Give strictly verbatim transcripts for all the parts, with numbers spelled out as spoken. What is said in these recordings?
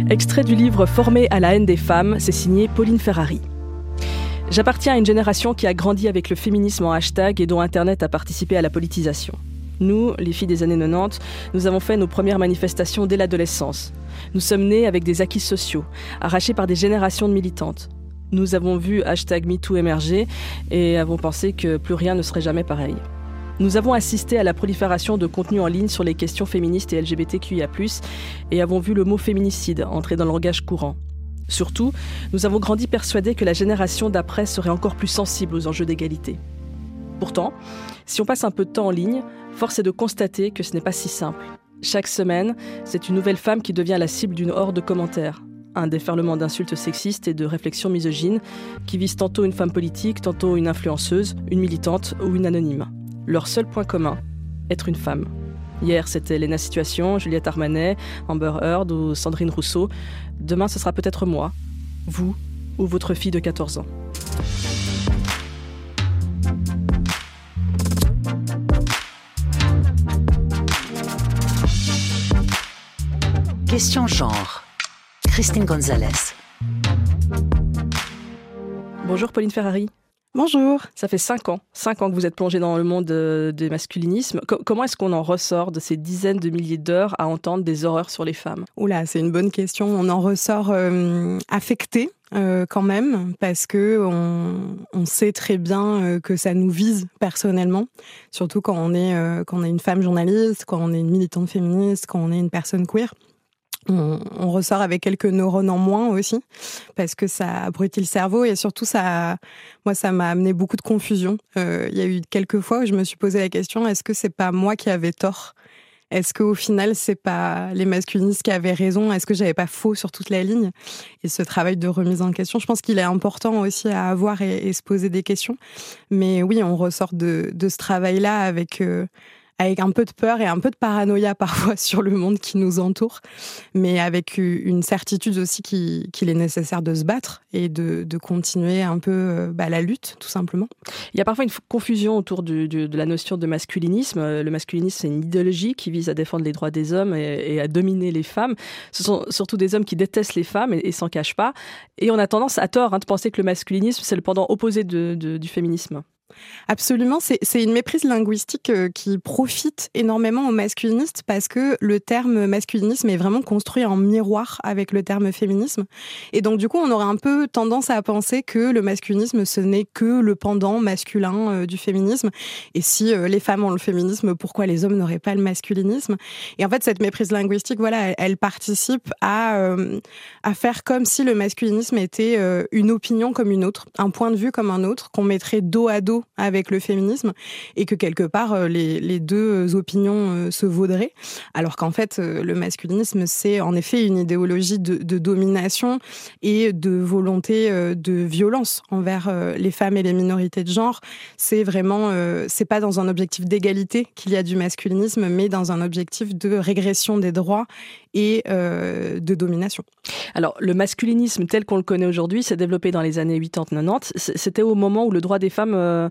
Extrait du livre « Formée à la haine des femmes », c'est signé Pauline Ferrari. J'appartiens à une génération qui a grandi avec le féminisme en hashtag et dont Internet a participé à la politisation. Nous, les filles des années quatre-vingt-dix, nous avons fait nos premières manifestations dès l'adolescence. Nous sommes nés avec des acquis sociaux, arrachés par des générations de militantes. Nous avons vu hashtag MeToo émerger et avons pensé que plus rien ne serait jamais pareil. Nous avons assisté à la prolifération de contenus en ligne sur les questions féministes et L G B T Q I A plus, et avons vu le mot féminicide entrer dans le langage courant. Surtout, nous avons grandi persuadés que la génération d'après serait encore plus sensible aux enjeux d'égalité. Pourtant, si on passe un peu de temps en ligne, force est de constater que ce n'est pas si simple. Chaque semaine, c'est une nouvelle femme qui devient la cible d'une horde de commentaires. Un déferlement d'insultes sexistes et de réflexions misogynes qui visent tantôt une femme politique, tantôt une influenceuse, une militante ou une anonyme. Leur seul point commun, être une femme. Hier, c'était Léna Situation, Juliette Armanet, Amber Heard ou Sandrine Rousseau. Demain, ce sera peut-être moi, vous ou votre fille de quatorze ans. Question genre. Christine Gonzalez. Bonjour Pauline Ferrari. Bonjour. Ça fait cinq ans, cinq ans que vous êtes plongée dans le monde euh, des masculinismes. Co- comment est-ce qu'on en ressort de ces dizaines de milliers d'heures à entendre des horreurs sur les femmes ? Oula, c'est une bonne question. On en ressort euh, affecté euh, quand même, parce que on, on sait très bien euh, que ça nous vise personnellement, surtout quand on est euh, quand on est une femme journaliste, quand on est une militante féministe, quand on est une personne queer. On, on ressort avec quelques neurones en moins aussi, parce que ça abrutit le cerveau et surtout, ça, moi, ça m'a amené beaucoup de confusion. Euh, il y a eu quelques fois où je me suis posé la question, est-ce que c'est pas moi qui avais tort ? Est-ce qu'au final, c'est pas les masculinistes qui avaient raison ? Est-ce que j'avais pas faux sur toute la ligne ? Et ce travail de remise en question, je pense qu'il est important aussi à avoir et, et se poser des questions. Mais oui, on ressort de, de ce travail-là avec... Euh, avec un peu de peur et un peu de paranoïa parfois sur le monde qui nous entoure, mais avec une certitude aussi qu'il, qu'il est nécessaire de se battre et de, de continuer un peu bah, la lutte, tout simplement. Il y a parfois une confusion autour du, du, de la notion de masculinisme. Le masculinisme, c'est une idéologie qui vise à défendre les droits des hommes et, et à dominer les femmes. Ce sont surtout des hommes qui détestent les femmes et, et s'en cachent pas. Et on a tendance, à tort, hein, de penser que le masculinisme, c'est le pendant opposé de, de, du féminisme. Absolument, c'est, c'est une méprise linguistique euh, qui profite énormément aux masculinistes parce que le terme masculinisme est vraiment construit en miroir avec le terme féminisme. Et donc du coup, on aurait un peu tendance à penser que le masculinisme, ce n'est que le pendant masculin euh, du féminisme. Et si euh, les femmes ont le féminisme, pourquoi les hommes n'auraient pas le masculinisme ? Et en fait, cette méprise linguistique, voilà, elle, elle participe à, euh, à faire comme si le masculinisme était euh, une opinion comme une autre, un point de vue comme un autre, qu'on mettrait dos à dos avec le féminisme et que quelque part les, les deux opinions se vaudraient, alors qu'en fait le masculinisme c'est en effet une idéologie de, de domination et de volonté de violence envers les femmes et les minorités de genre. C'est vraiment, c'est pas dans un objectif d'égalité qu'il y a du masculinisme, mais dans un objectif de régression des droits et euh, de domination. Alors, le masculinisme tel qu'on le connaît aujourd'hui s'est développé dans les années quatre-vingt-dix quatre-vingt-dix. C'était au moment où le droit des femmes euh,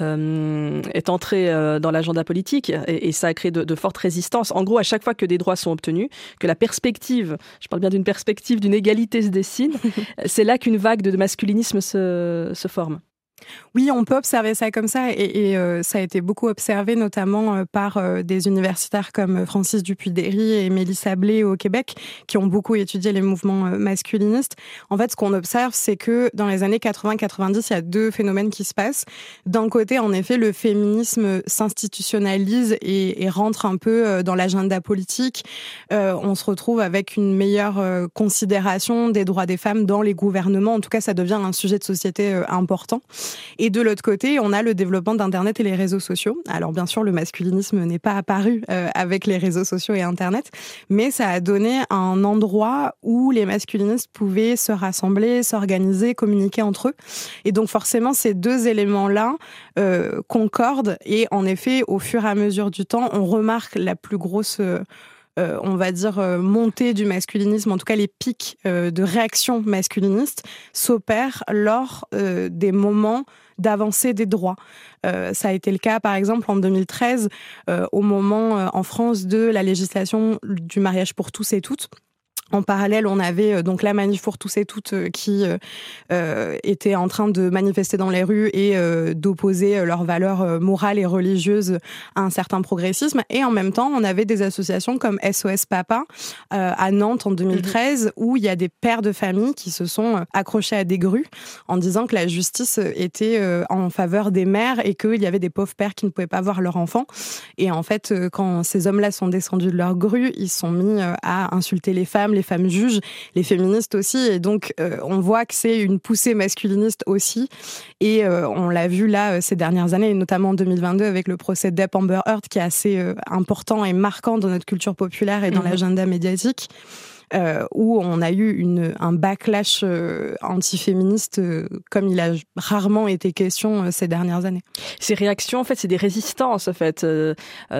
euh, est entré euh, dans l'agenda politique et, et ça a créé de, de fortes résistances. En gros, à chaque fois que des droits sont obtenus, que la perspective, je parle bien d'une perspective, d'une égalité se dessine, c'est là qu'une vague de masculinisme se, se forme. Oui, on peut observer ça comme ça et, et euh, ça a été beaucoup observé notamment euh, par euh, des universitaires comme Francis Dupuy-Derry et Mélissa Blé au Québec qui ont beaucoup étudié les mouvements euh, masculinistes. En fait, ce qu'on observe, c'est que dans les années quatre-vingts quatre-vingt-dix, il y a deux phénomènes qui se passent. D'un côté, en effet, le féminisme s'institutionnalise et, et rentre un peu euh, dans l'agenda politique. Euh, on se retrouve avec une meilleure euh, considération des droits des femmes dans les gouvernements. En tout cas, ça devient un sujet de société euh, important. Et de l'autre côté, on a le développement d'Internet et les réseaux sociaux. Alors bien sûr, le masculinisme n'est pas apparu euh, avec les réseaux sociaux et Internet, mais ça a donné un endroit où les masculinistes pouvaient se rassembler, s'organiser, communiquer entre eux. Et donc forcément, ces deux éléments-là euh, concordent. Et en effet, au fur et à mesure du temps, on remarque la plus grosse... Euh, Euh, on va dire, euh, montée du masculinisme, en tout cas les pics euh, de réaction masculiniste, s'opèrent lors euh, des moments d'avancée des droits. Euh, ça a été le cas, par exemple, en deux mille treize, euh, au moment, euh, en France, de la législation du mariage pour tous et toutes. En parallèle, on avait euh, donc la manif pour tous et toutes euh, qui euh, était en train de manifester dans les rues et euh, d'opposer euh, leurs valeurs euh, morales et religieuses à un certain progressisme. Et en même temps, on avait des associations comme S O S Papa euh, à Nantes en deux mille treize, mmh. où il y a des pères de famille qui se sont accrochés à des grues en disant que la justice était euh, en faveur des mères et qu'il y avait des pauvres pères qui ne pouvaient pas voir leurs enfants. Et en fait, euh, quand ces hommes-là sont descendus de leur grue, ils se sont mis euh, à insulter les femmes, les femmes juges, les féministes aussi, et donc euh, on voit que c'est une poussée masculiniste aussi, et euh, on l'a vu là euh, ces dernières années, et notamment en deux mille vingt-deux avec le procès Depp Amber Heard qui est assez euh, important et marquant dans notre culture populaire et dans mmh. l'agenda médiatique. Euh, où on a eu une, un backlash euh, antiféministe euh, comme il a rarement été question euh, ces dernières années. Ces réactions, en fait, c'est des résistances, en fait. Euh, euh,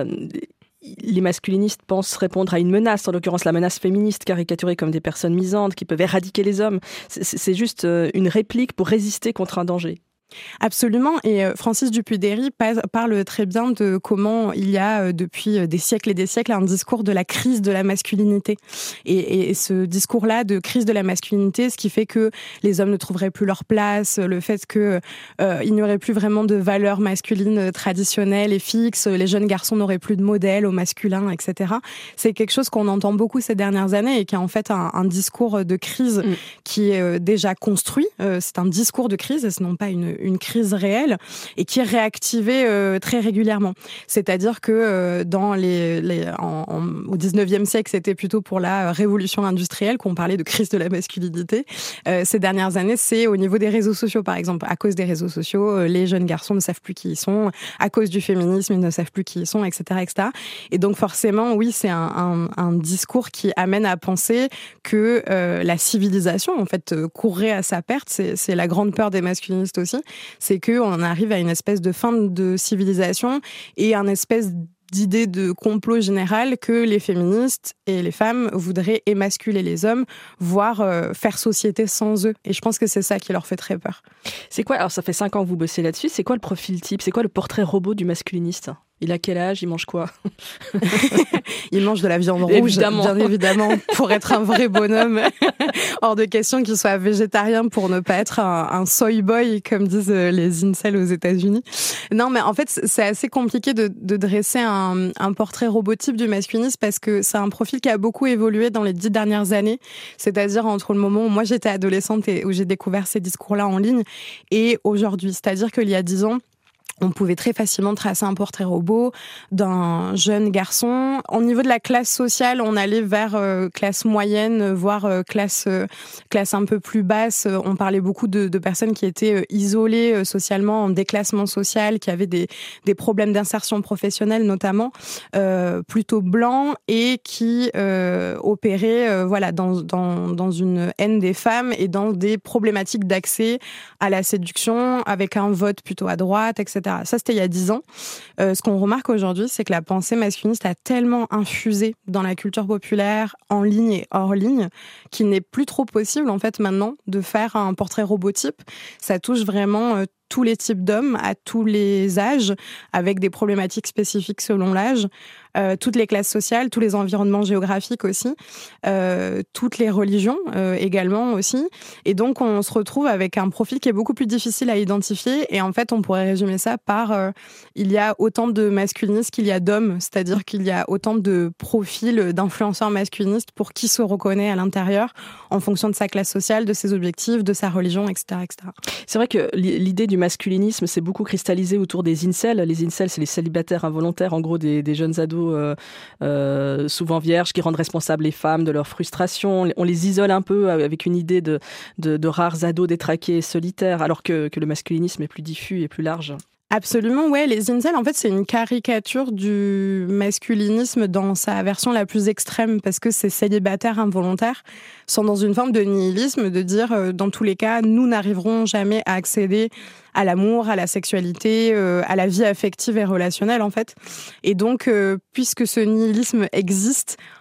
Les masculinistes pensent répondre à une menace, en l'occurrence la menace féministe, caricaturée comme des personnes misantes qui peuvent éradiquer les hommes. C'est, c'est juste une réplique pour résister contre un danger. Absolument, et Francis Dupuy-Derry parle très bien de comment il y a depuis des siècles et des siècles un discours de la crise de la masculinité. Et, et ce discours-là de crise de la masculinité, ce qui fait que les hommes ne trouveraient plus leur place, le fait qu'il euh, n'y aurait plus vraiment de valeurs masculines traditionnelles et fixes, les jeunes garçons n'auraient plus de modèles au masculin, et cetera. C'est quelque chose qu'on entend beaucoup ces dernières années et qui est en fait un, un discours de crise mmh. qui est déjà construit. C'est un discours de crise et ce n'est pas une une crise réelle et qui est réactivée euh, très régulièrement. C'est-à-dire que euh, dans les, les, en, en, au dix-neuvième siècle, c'était plutôt pour la révolution industrielle qu'on parlait de crise de la masculinité. Euh, ces dernières années, c'est au niveau des réseaux sociaux, par exemple. À cause des réseaux sociaux, euh, les jeunes garçons ne savent plus qui ils sont. À cause du féminisme, ils ne savent plus qui ils sont, et cetera, et cetera. Et donc forcément, oui, c'est un, un, un discours qui amène à penser que euh, la civilisation, en fait, euh, courrait à sa perte. C'est, c'est la grande peur des masculinistes aussi. C'est qu'on arrive à une espèce de fin de civilisation et un espèce d'idée de complot général que les féministes et les femmes voudraient émasculer les hommes, voire euh, faire société sans eux. Et je pense que c'est ça qui leur fait très peur. C'est quoi, alors ça fait cinq ans que vous bossez là-dessus, c'est quoi le profil type? C'est quoi le portrait robot du masculiniste? Il a quel âge? Il mange quoi? Il mange de la viande rouge, évidemment. Bien évidemment, pour être un vrai bonhomme. Hors de question qu'il soit végétarien pour ne pas être un, un soy boy, comme disent les incels aux États-Unis. Non, mais en fait, c'est assez compliqué de, de dresser un, un portrait robotype du masculinisme parce que c'est un profil qui a beaucoup évolué dans les dix dernières années. C'est-à-dire entre le moment où moi j'étais adolescente et où j'ai découvert ces discours-là en ligne et aujourd'hui. C'est-à-dire qu'il y a dix ans, on pouvait très facilement tracer un portrait robot d'un jeune garçon. Au niveau de la classe sociale, on allait vers euh, classe moyenne, voire euh, classe euh, classe un peu plus basse. On parlait beaucoup de, de personnes qui étaient euh, isolées euh, socialement, en déclassement social, qui avaient des, des problèmes d'insertion professionnelle notamment, euh, plutôt blancs et qui euh, opéraient euh, voilà, dans, dans, dans une haine des femmes et dans des problématiques d'accès à la séduction, avec un vote plutôt à droite, et cetera. Ça, c'était il y a dix ans. Euh, ce qu'on remarque aujourd'hui, c'est que la pensée masculiniste a tellement infusé dans la culture populaire, en ligne et hors ligne, qu'il n'est plus trop possible, en fait, maintenant, de faire un portrait robotype. Ça touche vraiment euh, tous les types d'hommes, à tous les âges, avec des problématiques spécifiques selon l'âge, euh, toutes les classes sociales, tous les environnements géographiques aussi, euh, toutes les religions euh, également aussi. Et donc, on se retrouve avec un profil qui est beaucoup plus difficile à identifier. Et en fait, on pourrait résumer ça par euh, il y a autant de masculinistes qu'il y a d'hommes, c'est-à-dire qu'il y a autant de profils d'influenceurs masculinistes pour qui se reconnaît à l'intérieur en fonction de sa classe sociale, de ses objectifs, de sa religion, et cetera, et cetera. C'est vrai que l'idée du masculinisme s'est beaucoup cristallisé autour des incels. Les incels, c'est les célibataires involontaires, en gros des, des jeunes ados euh, euh, souvent vierges qui rendent responsables les femmes de leurs frustrations. On les isole un peu avec une idée de, de, de rares ados détraqués et solitaires, alors que, que le masculinisme est plus diffus et plus large. Absolument, ouais. Les incels, en fait, c'est une caricature du masculinisme dans sa version la plus extrême, parce que ces célibataires involontaires sont dans une forme de nihilisme, de dire, euh, dans tous les cas, nous n'arriverons jamais à accéder à l'amour, à la sexualité, euh, à la vie affective et relationnelle, en fait. Et donc, euh, puisque ce nihilisme existe,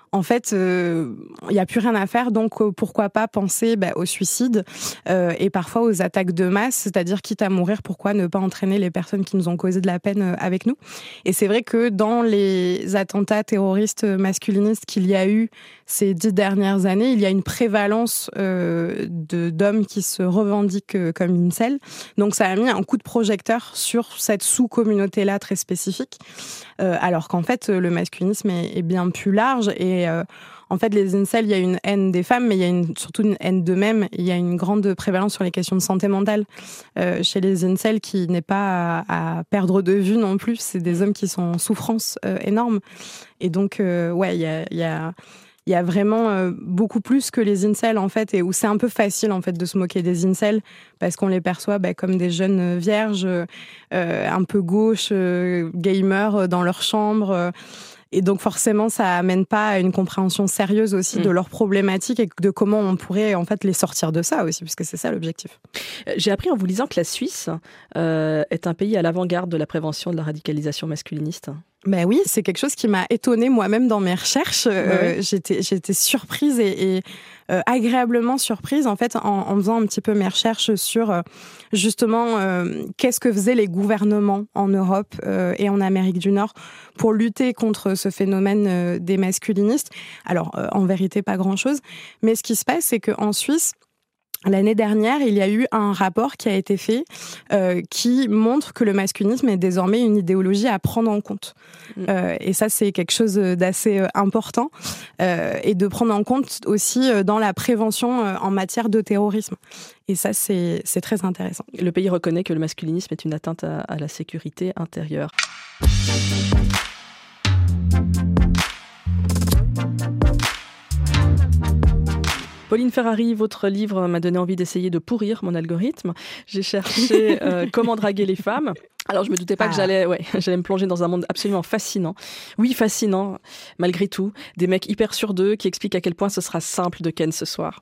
en fait, il euh, n'y a plus rien à faire, donc euh, pourquoi pas penser bah, au suicide euh, et parfois aux attaques de masse, c'est-à-dire quitte à mourir, pourquoi ne pas entraîner les personnes qui nous ont causé de la peine euh, avec nous. Et c'est vrai que dans les attentats terroristes masculinistes qu'il y a eu ces dix dernières années, il y a une prévalence euh, de, d'hommes qui se revendiquent euh, comme incel. Donc ça a mis un coup de projecteur sur cette sous-communauté-là très spécifique, euh, alors qu'en fait, le masculinisme est, est bien plus large et Et euh, en fait, les incels, il y a une haine des femmes, mais il y a une, surtout une haine d'eux-mêmes. Il y a une grande prévalence sur les questions de santé mentale euh, chez les incels qui n'est pas à, à perdre de vue non plus. C'est des hommes qui sont en souffrance euh, énorme. Et donc, euh, ouais, il y a, il y a, il y a vraiment euh, beaucoup plus que les incels, en fait, et où c'est un peu facile, en fait, de se moquer des incels parce qu'on les perçoit bah, comme des jeunes vierges, euh, un peu gauches, euh, gamers dans leur chambre. Euh, Et donc forcément, ça amène pas à une compréhension sérieuse aussi mmh. de leurs problématiques et de comment on pourrait en fait les sortir de ça aussi, puisque c'est ça l'objectif. J'ai appris en vous lisant que la Suisse euh, est un pays à l'avant-garde de la prévention de la radicalisation masculiniste. Ben oui, c'est quelque chose qui m'a étonnée moi-même dans mes recherches. Euh, oui. J'étais, j'étais surprise et, et euh, agréablement surprise en fait en, en faisant un petit peu mes recherches sur euh, justement euh, qu'est-ce que faisaient les gouvernements en Europe euh, et en Amérique du Nord pour lutter contre ce phénomène euh, des masculinistes. Alors euh, en vérité pas grand-chose, mais ce qui se passe c'est qu'en Suisse, l'année dernière, il y a eu un rapport qui a été fait euh, qui montre que le masculinisme est désormais une idéologie à prendre en compte. Mmh. Euh, et ça, c'est quelque chose d'assez euh, important euh, et de prendre en compte aussi euh, dans la prévention euh, en matière de terrorisme. Et ça, c'est, c'est très intéressant. Le pays reconnaît que le masculinisme est une atteinte à, à la sécurité intérieure. Pauline Ferrari, votre livre m'a donné envie d'essayer de pourrir mon algorithme. J'ai cherché euh, comment draguer les femmes. Alors, je me doutais pas ah. que j'allais, ouais, j'allais me plonger dans un monde absolument fascinant. Oui, fascinant, malgré tout. Des mecs hyper sûrs d'eux qui expliquent à quel point ce sera simple de ken ce soir.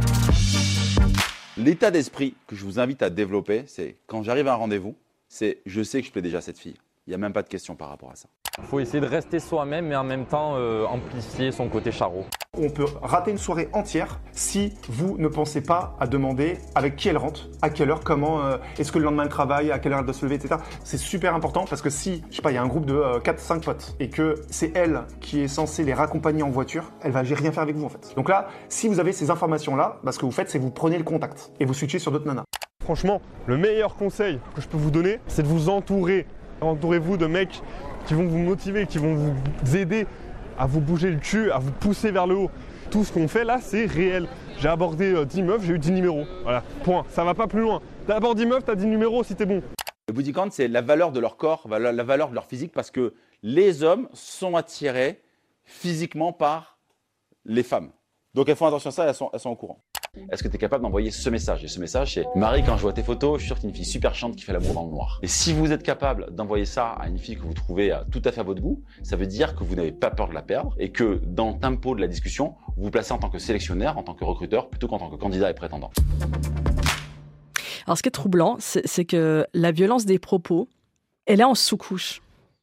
L'état d'esprit que je vous invite à développer, c'est quand j'arrive à un rendez-vous, c'est je sais que je plais déjà à cette fille. Il n'y a même pas de question par rapport à ça. Il faut essayer de rester soi-même, mais en même temps euh, amplifier son côté charreau. On peut rater une soirée entière si vous ne pensez pas à demander avec qui elle rentre, à quelle heure, comment, euh, est-ce que le lendemain elle travaille, à quelle heure elle doit se lever, et cetera. C'est super important parce que si, je sais pas, il y a un groupe de euh, quatre cinq potes et que c'est elle qui est censée les raccompagner en voiture, elle va rien faire avec vous en fait. Donc là, si vous avez ces informations-là, bah, ce que vous faites, c'est que vous prenez le contact et vous switchez sur d'autres nanas. Franchement, le meilleur conseil que je peux vous donner, c'est de vous entourer. Entourez-vous de mecs qui vont vous motiver, qui vont vous aider à vous bouger le cul, à vous pousser vers le haut. Tout ce qu'on fait là, c'est réel. J'ai abordé dix meufs, j'ai eu dix numéros. Voilà, point. Ça va pas plus loin. D'abord dix meufs, t'as dix numéros si t'es bon. Le body count, c'est la valeur de leur corps, la valeur de leur physique, parce que les hommes sont attirés physiquement par les femmes. Donc elles font attention à ça, elles sont, elles sont au courant. Est-ce que tu es capable d'envoyer ce message? Et ce message, c'est « Marie, quand je vois tes photos, je suis sûr que tu es une fille super chiante qui fait l'amour dans le noir. » Et si vous êtes capable d'envoyer ça à une fille que vous trouvez tout à fait à votre goût, ça veut dire que vous n'avez pas peur de la perdre et que dans le tempo de la discussion, vous vous placez en tant que sélectionneur, en tant que recruteur, plutôt qu'en tant que candidat et prétendant. Alors ce qui est troublant, c'est, c'est que la violence des propos, elle est en sous-couche.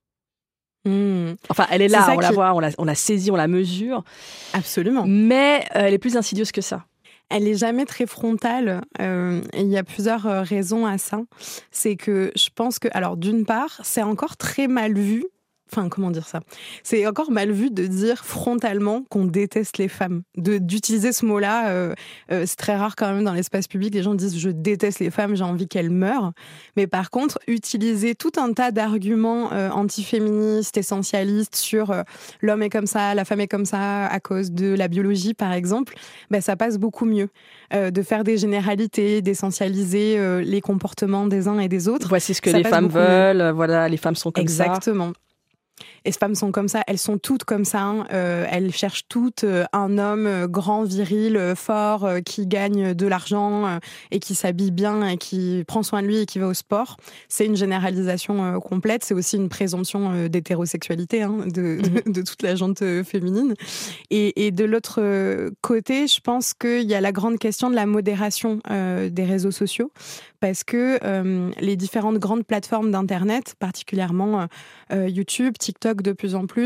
Mmh. Enfin, elle est là, est on qui... la voit, on la, on la saisit, on la mesure. Absolument. Mais euh, elle est plus insidieuse que ça. Elle n'est jamais très frontale euh, et il y a plusieurs euh, raisons à ça. C'est que je pense que, alors d'une part, c'est encore très mal vu. Enfin, comment dire ça ? C'est encore mal vu de dire frontalement qu'on déteste les femmes. De, d'utiliser ce mot-là, euh, euh, c'est très rare quand même dans l'espace public. Les gens disent « je déteste les femmes, j'ai envie qu'elles meurent ». Mais par contre, utiliser tout un tas d'arguments euh, antiféministes, essentialistes sur euh, l'homme est comme ça, la femme est comme ça, à cause de la biologie par exemple, ben, ça passe beaucoup mieux. Euh, de faire des généralités, d'essentialiser euh, les comportements des uns et des autres. Voici ce que les femmes veulent, voilà, les femmes sont comme Exactement. ça. Exactement. Et ces femmes sont comme ça, elles sont toutes comme ça, hein. euh, elles cherchent toutes euh, un homme euh, grand, viril, euh, fort, euh, qui gagne de l'argent euh, et qui s'habille bien et qui prend soin de lui et qui va au sport. C'est une généralisation euh, complète, c'est aussi une présomption euh, d'hétérosexualité hein, de, mmh. de, de toute la gente euh, féminine. Et, et de l'autre euh, côté, je pense qu'il y a la grande question de la modération euh, des réseaux sociaux, parce que euh, les différentes grandes plateformes d'Internet, particulièrement euh, YouTube, TikTok de plus en plus,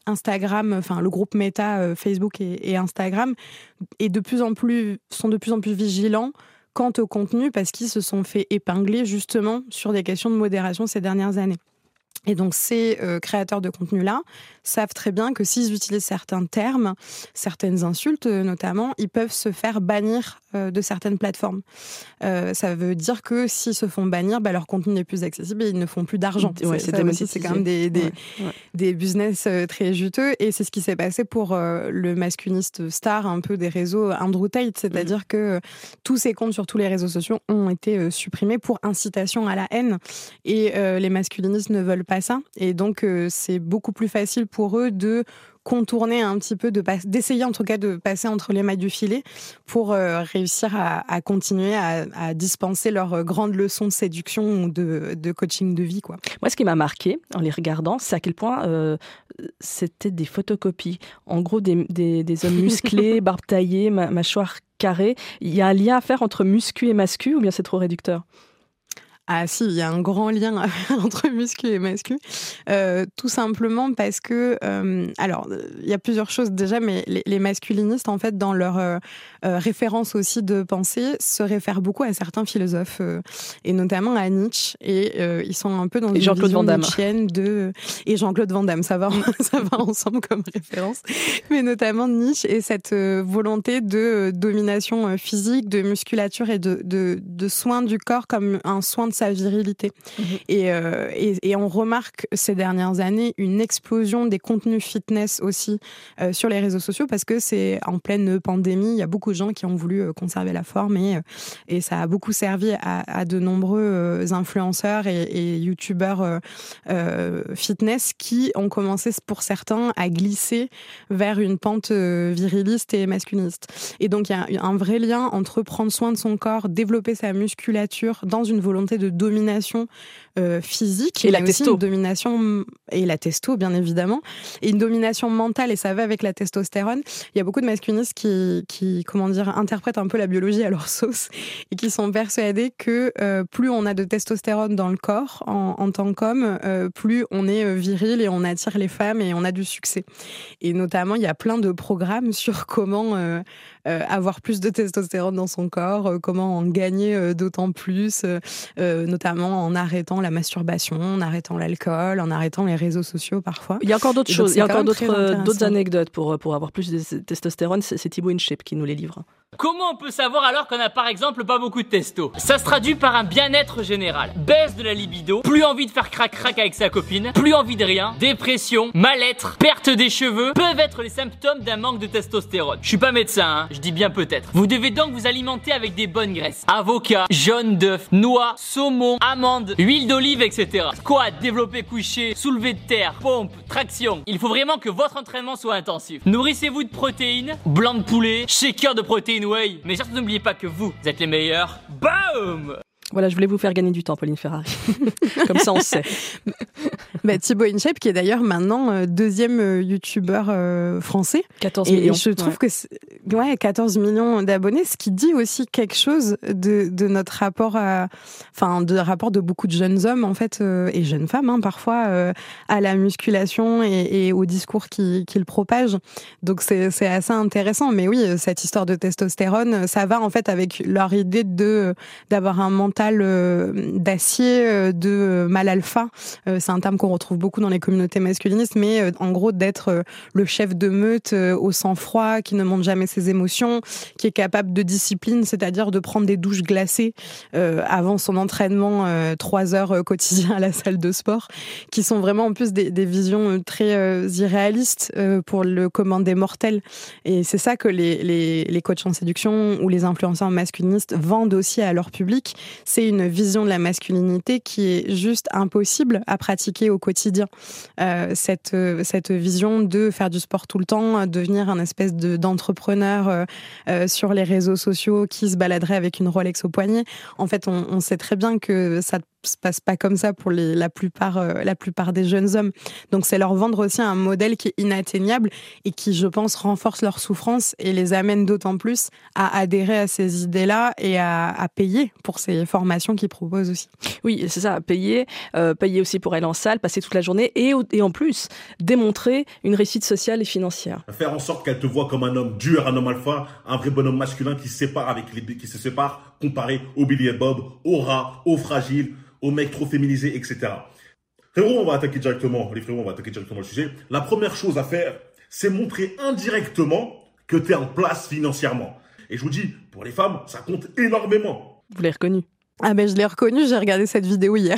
Instagram, enfin le groupe Meta, euh, Facebook et, et Instagram, est de plus en plus, sont de plus en plus vigilants quant au contenu parce qu'ils se sont fait épingler justement sur des questions de modération ces dernières années. Et donc, ces euh, créateurs de contenu-là savent très bien que s'ils utilisent certains termes, certaines insultes euh, notamment, ils peuvent se faire bannir euh, de certaines plateformes. Euh, ça veut dire que s'ils se font bannir, bah, leur contenu n'est plus accessible et ils ne font plus d'argent. Ouais, c'est, c'est, ça aussi, c'est quand même des, des, ouais, ouais. des business euh, très juteux. Et c'est ce qui s'est passé pour euh, le masculiniste star un peu des réseaux, Andrew Tate. C'est-à-dire mmh. que euh, tous ses comptes sur tous les réseaux sociaux ont été euh, supprimés pour incitation à la haine. Et euh, les masculinistes ne veulent pas ça. Et donc, euh, c'est beaucoup plus facile pour eux de contourner un petit peu, de pas, d'essayer en tout cas de passer entre les mailles du filet pour euh, réussir à, à continuer à, à dispenser leurs grandes leçons de séduction ou de, de coaching de vie, quoi. Moi, ce qui m'a marqué en les regardant, c'est à quel point euh, c'était des photocopies. En gros, des, des, des hommes musclés, barbe taillée, ma, mâchoire carrée. Il y a un lien à faire entre muscu et mascu ou bien c'est trop réducteur ? Ah si, il y a un grand lien à faire entre muscu et mascu. Euh, tout simplement parce que, euh, alors, il y a plusieurs choses déjà, mais les, les masculinistes, en fait, dans leur euh, euh, référence aussi de pensée, se réfèrent beaucoup à certains philosophes, euh, et notamment à Nietzsche. Et euh, ils sont un peu dans et une Jean-Claude vision Van Damme. nietzschienne de... Et Jean-Claude Van Damme, ça va, ça va ensemble comme référence. Mais notamment Nietzsche et cette euh, volonté de euh, domination physique, de musculature et de, de, de soin du corps comme un soin de sa virilité. Mmh. Et, euh, et, et on remarque ces dernières années une explosion des contenus fitness aussi euh, sur les réseaux sociaux parce que c'est en pleine pandémie, il y a beaucoup de gens qui ont voulu euh, conserver la forme et, et ça a beaucoup servi à, à de nombreux euh, influenceurs et, et youtubeurs euh, euh, fitness qui ont commencé pour certains à glisser vers une pente euh, viriliste et masculiniste. Et donc il y a un vrai lien entre prendre soin de son corps, développer sa musculature dans une volonté de domination euh, physique et la testo, une domination et la testo bien évidemment, et une domination mentale, et ça va avec la testostérone. Il y a beaucoup de masculinistes qui, qui comment dire, interprètent un peu la biologie à leur sauce et qui sont persuadés que euh, plus on a de testostérone dans le corps en, en tant qu'homme, euh, plus on est viril et on attire les femmes et on a du succès. Et notamment, il y a plein de programmes sur comment euh, euh, avoir plus de testostérone dans son corps, euh, comment en gagner euh, d'autant plus, euh, euh, notamment en arrêtant la masturbation, en arrêtant l'alcool, en arrêtant les réseaux sociaux parfois. Il y a encore d'autres choses, il y a encore d'autres, d'autres anecdotes pour, pour avoir plus de testostérone, c'est, c'est Thibaut InShape qui nous les livre. Comment on peut savoir alors qu'on a par exemple pas beaucoup de testo ? Ça se traduit par un bien-être général, baisse de la libido, plus envie de faire crac-crac avec sa copine, plus envie de rien, dépression, mal-être, perte des cheveux, peuvent être les symptômes d'un manque de testostérone. Je suis pas médecin, hein, je dis bien peut-être. Vous devez donc vous alimenter avec des bonnes graisses. Avocat, jaune d'œuf, noix, saumon, amandes, huile d'olive, et cetera. Squat, développé couché, soulevé de terre, pompe, traction. Il faut vraiment que votre entraînement soit intensif. Nourrissez-vous de protéines, blanc de poulet, shaker de protéines whey. Mais surtout n'oubliez pas que vous, vous êtes les meilleurs. Boum! Voilà, je voulais vous faire gagner du temps, Pauline Ferrari. Comme ça, on sait. Bah, Thibaut InShape, qui est d'ailleurs maintenant euh, deuxième euh, youtubeur euh, français. quatorze et, millions. Et je trouve ouais. que c'est, ouais, quatorze millions d'abonnés, ce qui dit aussi quelque chose de, de notre rapport à, enfin, de rapport de beaucoup de jeunes hommes, en fait, euh, et jeunes femmes, hein, parfois, euh, à la musculation et, et au discours qu'ils qui propagent. Donc, c'est, c'est assez intéressant. Mais oui, cette histoire de testostérone, ça va, en fait, avec leur idée de, d'avoir un mental d'acier, de mâle alpha. C'est un terme qu'on retrouve beaucoup dans les communautés masculinistes, mais en gros d'être le chef de meute au sang-froid, qui ne montre jamais ses émotions, qui est capable de discipline, c'est-à-dire de prendre des douches glacées avant son entraînement, trois heures quotidien à la salle de sport, qui sont vraiment en plus des, des visions très irréalistes pour le commun des mortels. Et c'est ça que les, les, les coachs en séduction ou les influenceurs masculinistes vendent aussi à leur public. C'est une vision de la masculinité qui est juste impossible à pratiquer au quotidien. Euh, cette, cette vision de faire du sport tout le temps, devenir un espèce de, d'entrepreneur euh, euh, sur les réseaux sociaux qui se baladerait avec une Rolex au poignet. En fait, on, on sait très bien que ça se passe pas comme ça pour les, la plupart, euh, la plupart des jeunes hommes. Donc c'est leur vendre aussi un modèle qui est inatteignable et qui, je pense, renforce leur souffrance et les amène d'autant plus à adhérer à ces idées-là et à, à payer pour ces formations qu'ils proposent aussi. Oui, c'est ça, payer, euh, payer aussi pour aller en salle, passer toute la journée et, et en plus démontrer une réussite sociale et financière. Faire en sorte qu'elle te voit comme un homme dur, un homme alpha, un vrai bonhomme masculin qui se sépare avec les, qui se sépare comparé au Billy Bob, au rat, au fragile, aux mecs trop féminisés, et cetera. Frérot, on va attaquer directement, les frérots, on va attaquer directement le sujet. La première chose à faire, c'est montrer indirectement que tu es en place financièrement. Et je vous dis, pour les femmes, ça compte énormément. Vous l'avez reconnu? Ah ben je l'ai reconnu, j'ai regardé cette vidéo hier.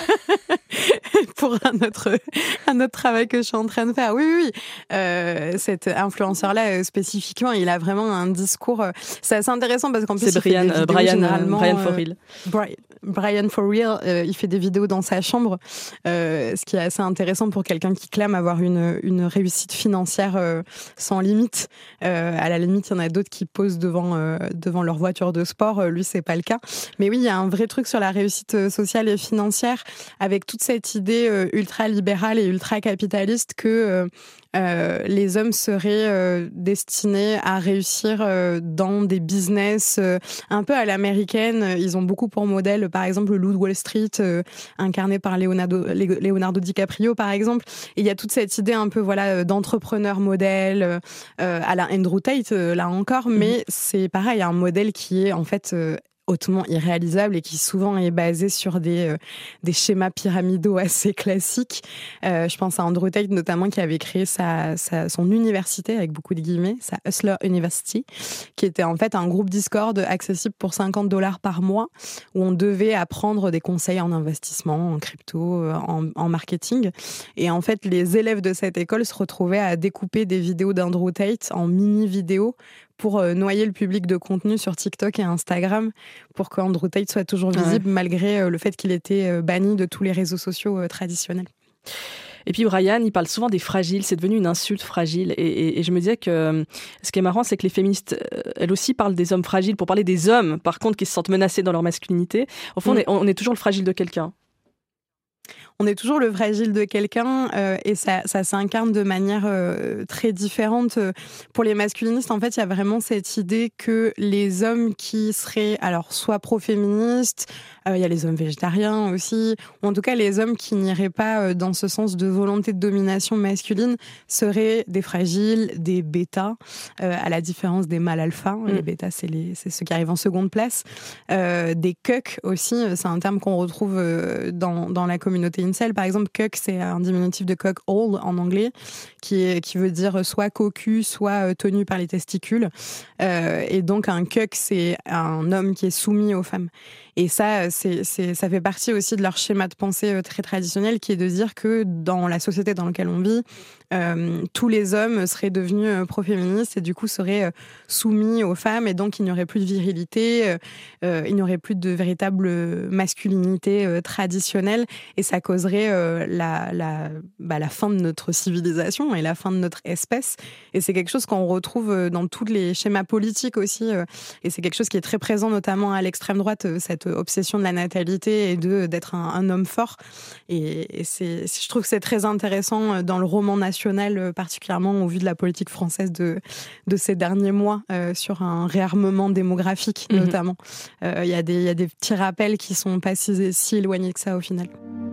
Pour un autre, un autre travail que je suis en train de faire. Oui, oui, oui. Euh, cet influenceur-là, euh, spécifiquement, il a vraiment un discours... Euh, c'est assez intéressant parce qu'en plus, c'est il Brian, fait des vidéos Brian, généralement... Brian For Real. Euh, Brian, Brian For Real, euh, il fait des vidéos dans sa chambre, euh, ce qui est assez intéressant pour quelqu'un qui clame avoir une, une réussite financière euh, sans limite. Euh, à la limite, il y en a d'autres qui posent devant, euh, devant leur voiture de sport. Euh, lui, c'est pas le cas. Mais oui, il y a un vrai truc sur la réussite sociale et financière avec toute cette idée euh, ultra-libérale et ultra-capitaliste que euh, euh, les hommes seraient euh, destinés à réussir euh, dans des business euh, un peu à l'américaine. Ils ont beaucoup pour modèle, par exemple, le Loup de Wall Street, euh, incarné par Leonardo, Leonardo DiCaprio, par exemple. Et il y a toute cette idée un peu voilà d'entrepreneur modèle euh, à la Andrew Tate, euh, là encore. Mais mmh. c'est pareil, un modèle qui est en fait... Euh, hautement irréalisable et qui souvent est basé sur des, euh, des schémas pyramidaux assez classiques. Euh, je pense à Andrew Tate notamment qui avait créé sa, sa, son université avec beaucoup de guillemets, sa Hustler University, qui était en fait un groupe Discord accessible pour cinquante dollars par mois où on devait apprendre des conseils en investissement, en crypto, en, en marketing. Et en fait, les élèves de cette école se retrouvaient à découper des vidéos d'Andrew Tate en mini-vidéos pour noyer le public de contenu sur TikTok et Instagram pour qu'Andrew Tate soit toujours visible ouais. malgré le fait qu'il était banni de tous les réseaux sociaux traditionnels. Et puis Brian, il parle souvent des fragiles, c'est devenu une insulte fragile. Et, et, et je me disais que ce qui est marrant, c'est que les féministes, elles aussi parlent des hommes fragiles pour parler des hommes, par contre, qui se sentent menacés dans leur masculinité. Au fond, mmh. on, est, on est toujours le fragile de quelqu'un. On est toujours le fragile de quelqu'un euh, et ça, ça s'incarne de manière euh, très différente. Pour les masculinistes, en fait, il y a vraiment cette idée que les hommes qui seraient, alors, soit pro-féministes, euh, il y a les hommes végétariens aussi, ou en tout cas les hommes qui n'iraient pas euh, dans ce sens de volonté de domination masculine, seraient des fragiles, des bêtas, euh, à la différence des mâles alpha. Mmh. Les bêtas, c'est, les, c'est ceux qui arrivent en seconde place. Euh, des cucks aussi, c'est un terme qu'on retrouve euh, dans, dans la communauté incel. Par exemple, cuck, c'est un diminutif de cock hole en anglais, qui, est, qui veut dire soit cocu, soit tenu par les testicules. Euh, et donc, un cuck, c'est un homme qui est soumis aux femmes. Et ça, c'est, c'est, ça fait partie aussi de leur schéma de pensée très traditionnel, qui est de dire que dans la société dans laquelle on vit, euh, tous les hommes seraient devenus pro-féministes et du coup seraient soumis aux femmes, et donc il n'y aurait plus de virilité, euh, il n'y aurait plus de véritable masculinité euh, traditionnelle, et ça causerait euh, la, la, bah, la fin de notre civilisation et la fin de notre espèce. Et c'est quelque chose qu'on retrouve dans tous les schémas politiques aussi, euh, et c'est quelque chose qui est très présent notamment à l'extrême droite, cette obsession de la natalité et de, d'être un, un homme fort. Et, et c'est, je trouve que c'est très intéressant dans le roman national, particulièrement au vu de la politique française de, de ces derniers mois, euh, sur un réarmement démographique, mmh. notamment. Il euh, y, y a des petits rappels qui sont pas si, si éloignés que ça au final.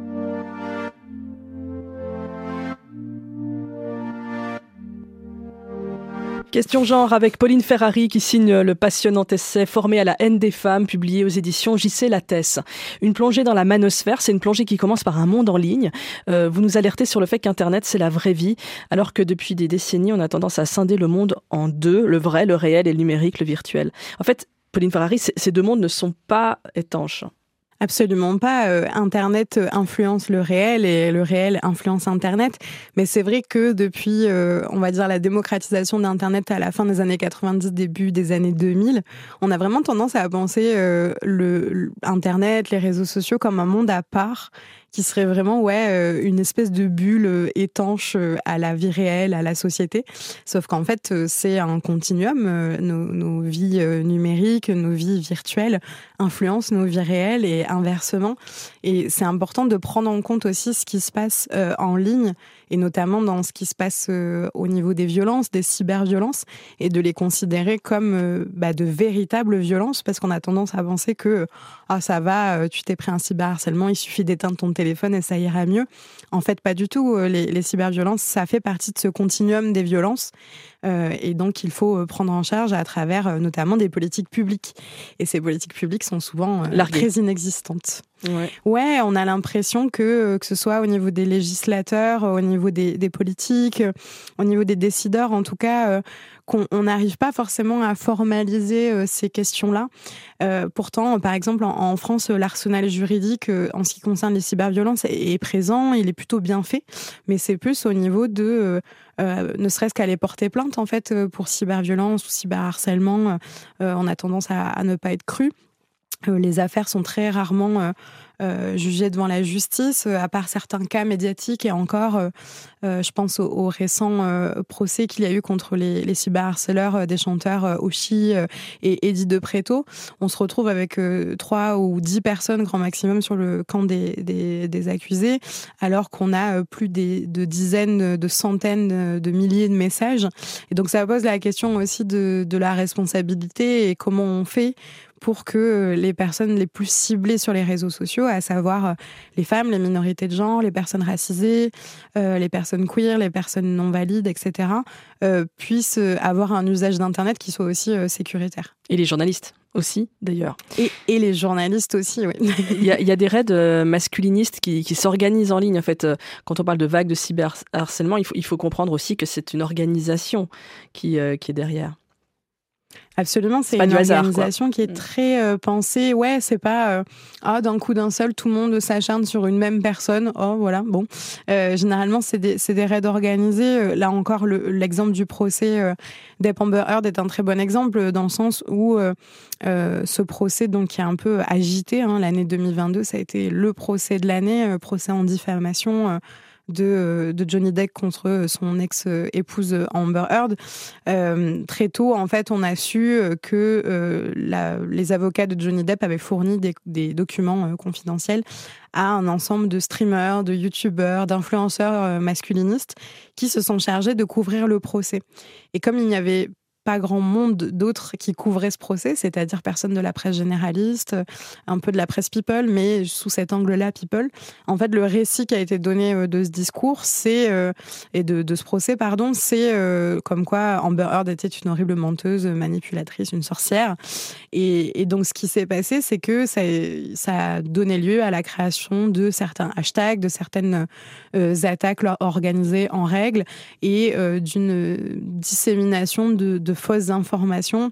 Question genre avec Pauline Ferrari qui signe le passionnant essai Formé à la haine des femmes, publié aux éditions J C Lattès. Une plongée dans la manosphère, c'est une plongée qui commence par un monde en ligne. Euh, vous nous alertez sur le fait qu'Internet, c'est la vraie vie, alors que depuis des décennies, on a tendance à scinder le monde en deux, le vrai, le réel, et le numérique, le virtuel. En fait, Pauline Ferrari, ces deux mondes ne sont pas étanches. Absolument pas. Euh, Internet influence le réel et le réel influence Internet. Mais c'est vrai que depuis, euh, on va dire, la démocratisation d'Internet à la fin des années quatre-vingt-dix, début des années deux mille, on a vraiment tendance à penser euh, le, le Internet, les réseaux sociaux comme un monde à part qui serait vraiment ouais, euh, une espèce de bulle euh, étanche euh, à la vie réelle, à la société. Sauf qu'en fait, euh, c'est un continuum. Euh, nos, nos vies euh, numériques, nos vies virtuelles influencent nos vies réelles et inversement. Et c'est important de prendre en compte aussi ce qui se passe euh, en ligne, et notamment dans ce qui se passe euh, au niveau des violences, des cyberviolences, et de les considérer comme euh, bah, de véritables violences, parce qu'on a tendance à penser que ah, ça va, euh, tu t'es pris un cyberharcèlement, il suffit d'éteindre ton téléphone et ça ira mieux. En fait, pas du tout. Les, les cyberviolences, ça fait partie de ce continuum des violences, euh, et donc il faut prendre en charge à travers euh, notamment des politiques publiques. Et ces politiques publiques sont souvent euh, très inexistantes. Ouais. ouais, on a l'impression que, que ce soit au niveau des législateurs, au niveau des, des politiques, au niveau des décideurs, en tout cas, euh, qu'on n'arrive pas forcément à formaliser euh, ces questions-là. Euh, pourtant, par exemple, en, en France, l'arsenal juridique euh, en ce qui concerne les cyberviolences est, est présent, il est plutôt bien fait, mais c'est plus au niveau de, euh, euh, ne serait-ce qu'aller porter plainte en fait pour cyberviolence ou cyberharcèlement, euh, on a tendance à, à ne pas être cru. Euh, les affaires sont très rarement euh, euh, jugées devant la justice, euh, à part certains cas médiatiques, et encore, euh, euh, je pense au, au récent euh, procès qu'il y a eu contre les, les cyberharceleurs euh, des chanteurs euh, Oshi euh, et Eddie De Pretto. On se retrouve avec euh, trois ou dix personnes grand maximum sur le camp des, des, des accusés, alors qu'on a euh, plus des, de dizaines, de centaines, de milliers de messages. Et donc ça pose la question aussi de, de la responsabilité et comment on fait pour que les personnes les plus ciblées sur les réseaux sociaux, à savoir les femmes, les minorités de genre, les personnes racisées, euh, les personnes queer, les personnes non valides, et cetera, euh, puissent avoir un usage d'Internet qui soit aussi euh, sécuritaire. Et les journalistes aussi, d'ailleurs. Et, et les journalistes aussi, oui. Il y a, il y a des raids euh, masculinistes qui, qui s'organisent en ligne. En fait, euh, quand on parle de vagues de cyberharcèlement, il faut, il faut comprendre aussi que c'est une organisation qui, euh, qui est derrière. Absolument, c'est, c'est une hasard, organisation quoi. qui est très euh, pensée. Ouais, c'est pas euh, ah d'un coup d'un seul tout le monde s'acharne sur une même personne. Oh voilà, bon. Euh, généralement, c'est des c'est des raids organisés. Là encore, le, l'exemple du procès euh, d'Depp Amber Heard est un très bon exemple dans le sens où euh, euh, ce procès donc qui est un peu agité. Hein, l'année deux mille vingt-deux, ça a été le procès de l'année, euh, procès en diffamation. Euh, De, de Johnny Depp contre son ex-épouse Amber Heard. Euh, très tôt, en fait, on a su que euh, la, les avocats de Johnny Depp avaient fourni des, des documents euh, confidentiels à un ensemble de streamers, de youtubeurs, d'influenceurs euh, masculinistes qui se sont chargés de couvrir le procès. Et comme il n'y avait pas grand monde d'autres qui couvraient ce procès, c'est-à-dire personne de la presse généraliste, un peu de la presse people, mais sous cet angle-là, people. En fait, le récit qui a été donné de ce discours, c'est euh, et de, de ce procès, pardon, c'est euh, comme quoi Amber Heard était une horrible menteuse, manipulatrice, une sorcière. Et, et donc, ce qui s'est passé, c'est que ça, ça a donné lieu à la création de certains hashtags, de certaines euh, attaques organisées en règle et euh, d'une dissémination de, de fausses informations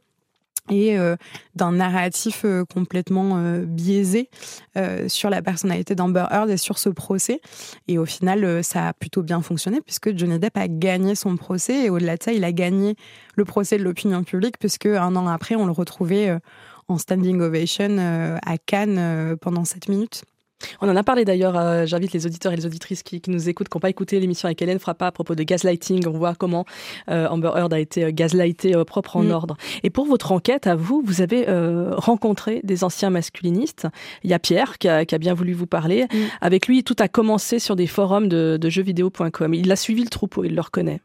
et euh, d'un narratif euh, complètement euh, biaisé euh, sur la personnalité d'Amber Heard et sur ce procès. Et au final, euh, ça a plutôt bien fonctionné puisque Johnny Depp a gagné son procès et au-delà de ça, il a gagné le procès de l'opinion publique puisque un an après, on le retrouvait euh, en standing ovation euh, à Cannes euh, pendant sept minutes. On en a parlé d'ailleurs, euh, j'invite les auditeurs et les auditrices qui, qui nous écoutent, qui n'ont pas écouté l'émission avec Hélène Frappa à propos de gaslighting. On voit comment euh, Amber Heard a été gaslightée euh, propre en mmh. ordre. Et pour votre enquête, à vous, vous avez euh, rencontré des anciens masculinistes. Il y a Pierre qui a, qui a bien voulu vous parler. Mmh. Avec lui, tout a commencé sur des forums de, de jeux vidéo point com. Il a suivi le troupeau, il le reconnaît.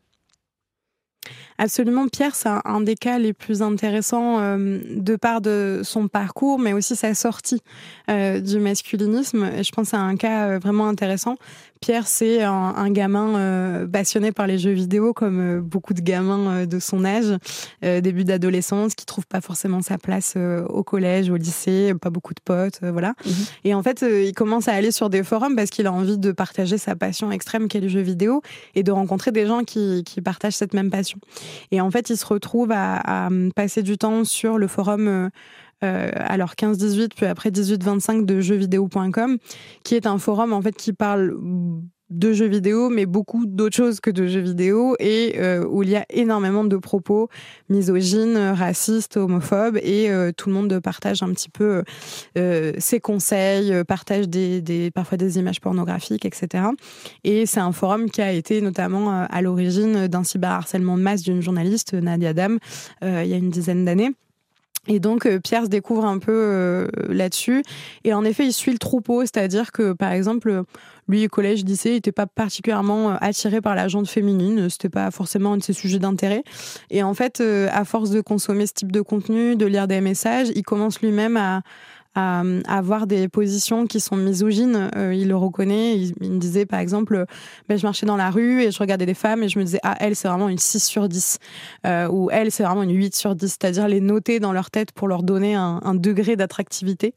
Absolument, Pierre, c'est un, un des cas les plus intéressants euh, de part de son parcours, mais aussi sa sortie euh, du masculinisme. Et je pense que c'est un cas euh, vraiment intéressant. Pierre, c'est un, un gamin euh, passionné par les jeux vidéo, comme euh, beaucoup de gamins euh, de son âge, euh, début d'adolescence, qui trouve pas forcément sa place euh, au collège, au lycée, pas beaucoup de potes, euh, voilà. Mmh. Et en fait, euh, il commence à aller sur des forums parce qu'il a envie de partager sa passion extrême qu'est le jeu vidéo et de rencontrer des gens qui, qui partagent cette même passion. Et en fait, il se retrouve à, à passer du temps sur le forum euh, euh, alors quinze dix-huit, puis après dix-huit vingt-cinq de jeux vidéo point com, qui est un forum en fait qui parle de jeux vidéo, mais beaucoup d'autres choses que de jeux vidéo, et euh, où il y a énormément de propos misogynes, racistes, homophobes, et euh, tout le monde partage un petit peu euh, ses conseils, partage des, des, parfois des images pornographiques, et cetera. Et c'est un forum qui a été notamment à l'origine d'un cyberharcèlement de masse d'une journaliste, Nadia Dam, euh, il y a une dizaine d'années. Et donc, euh, Pierre se découvre un peu euh, là-dessus. Et en effet, il suit le troupeau, c'est-à-dire que, par exemple, lui, collège, lycée, il n'était pas particulièrement attiré par la gente féminine. C'était pas forcément un de ses sujets d'intérêt. Et en fait, euh, à force de consommer ce type de contenu, de lire des messages, il commence lui-même à... à avoir des positions qui sont misogynes. Euh, il le reconnaît. Il, il me disait, par exemple, ben, je marchais dans la rue et je regardais des femmes et je me disais, ah, elle, c'est vraiment une six sur dix. Euh, ou elle, c'est vraiment une huit sur dix. C'est-à-dire les noter dans leur tête pour leur donner un, un degré d'attractivité.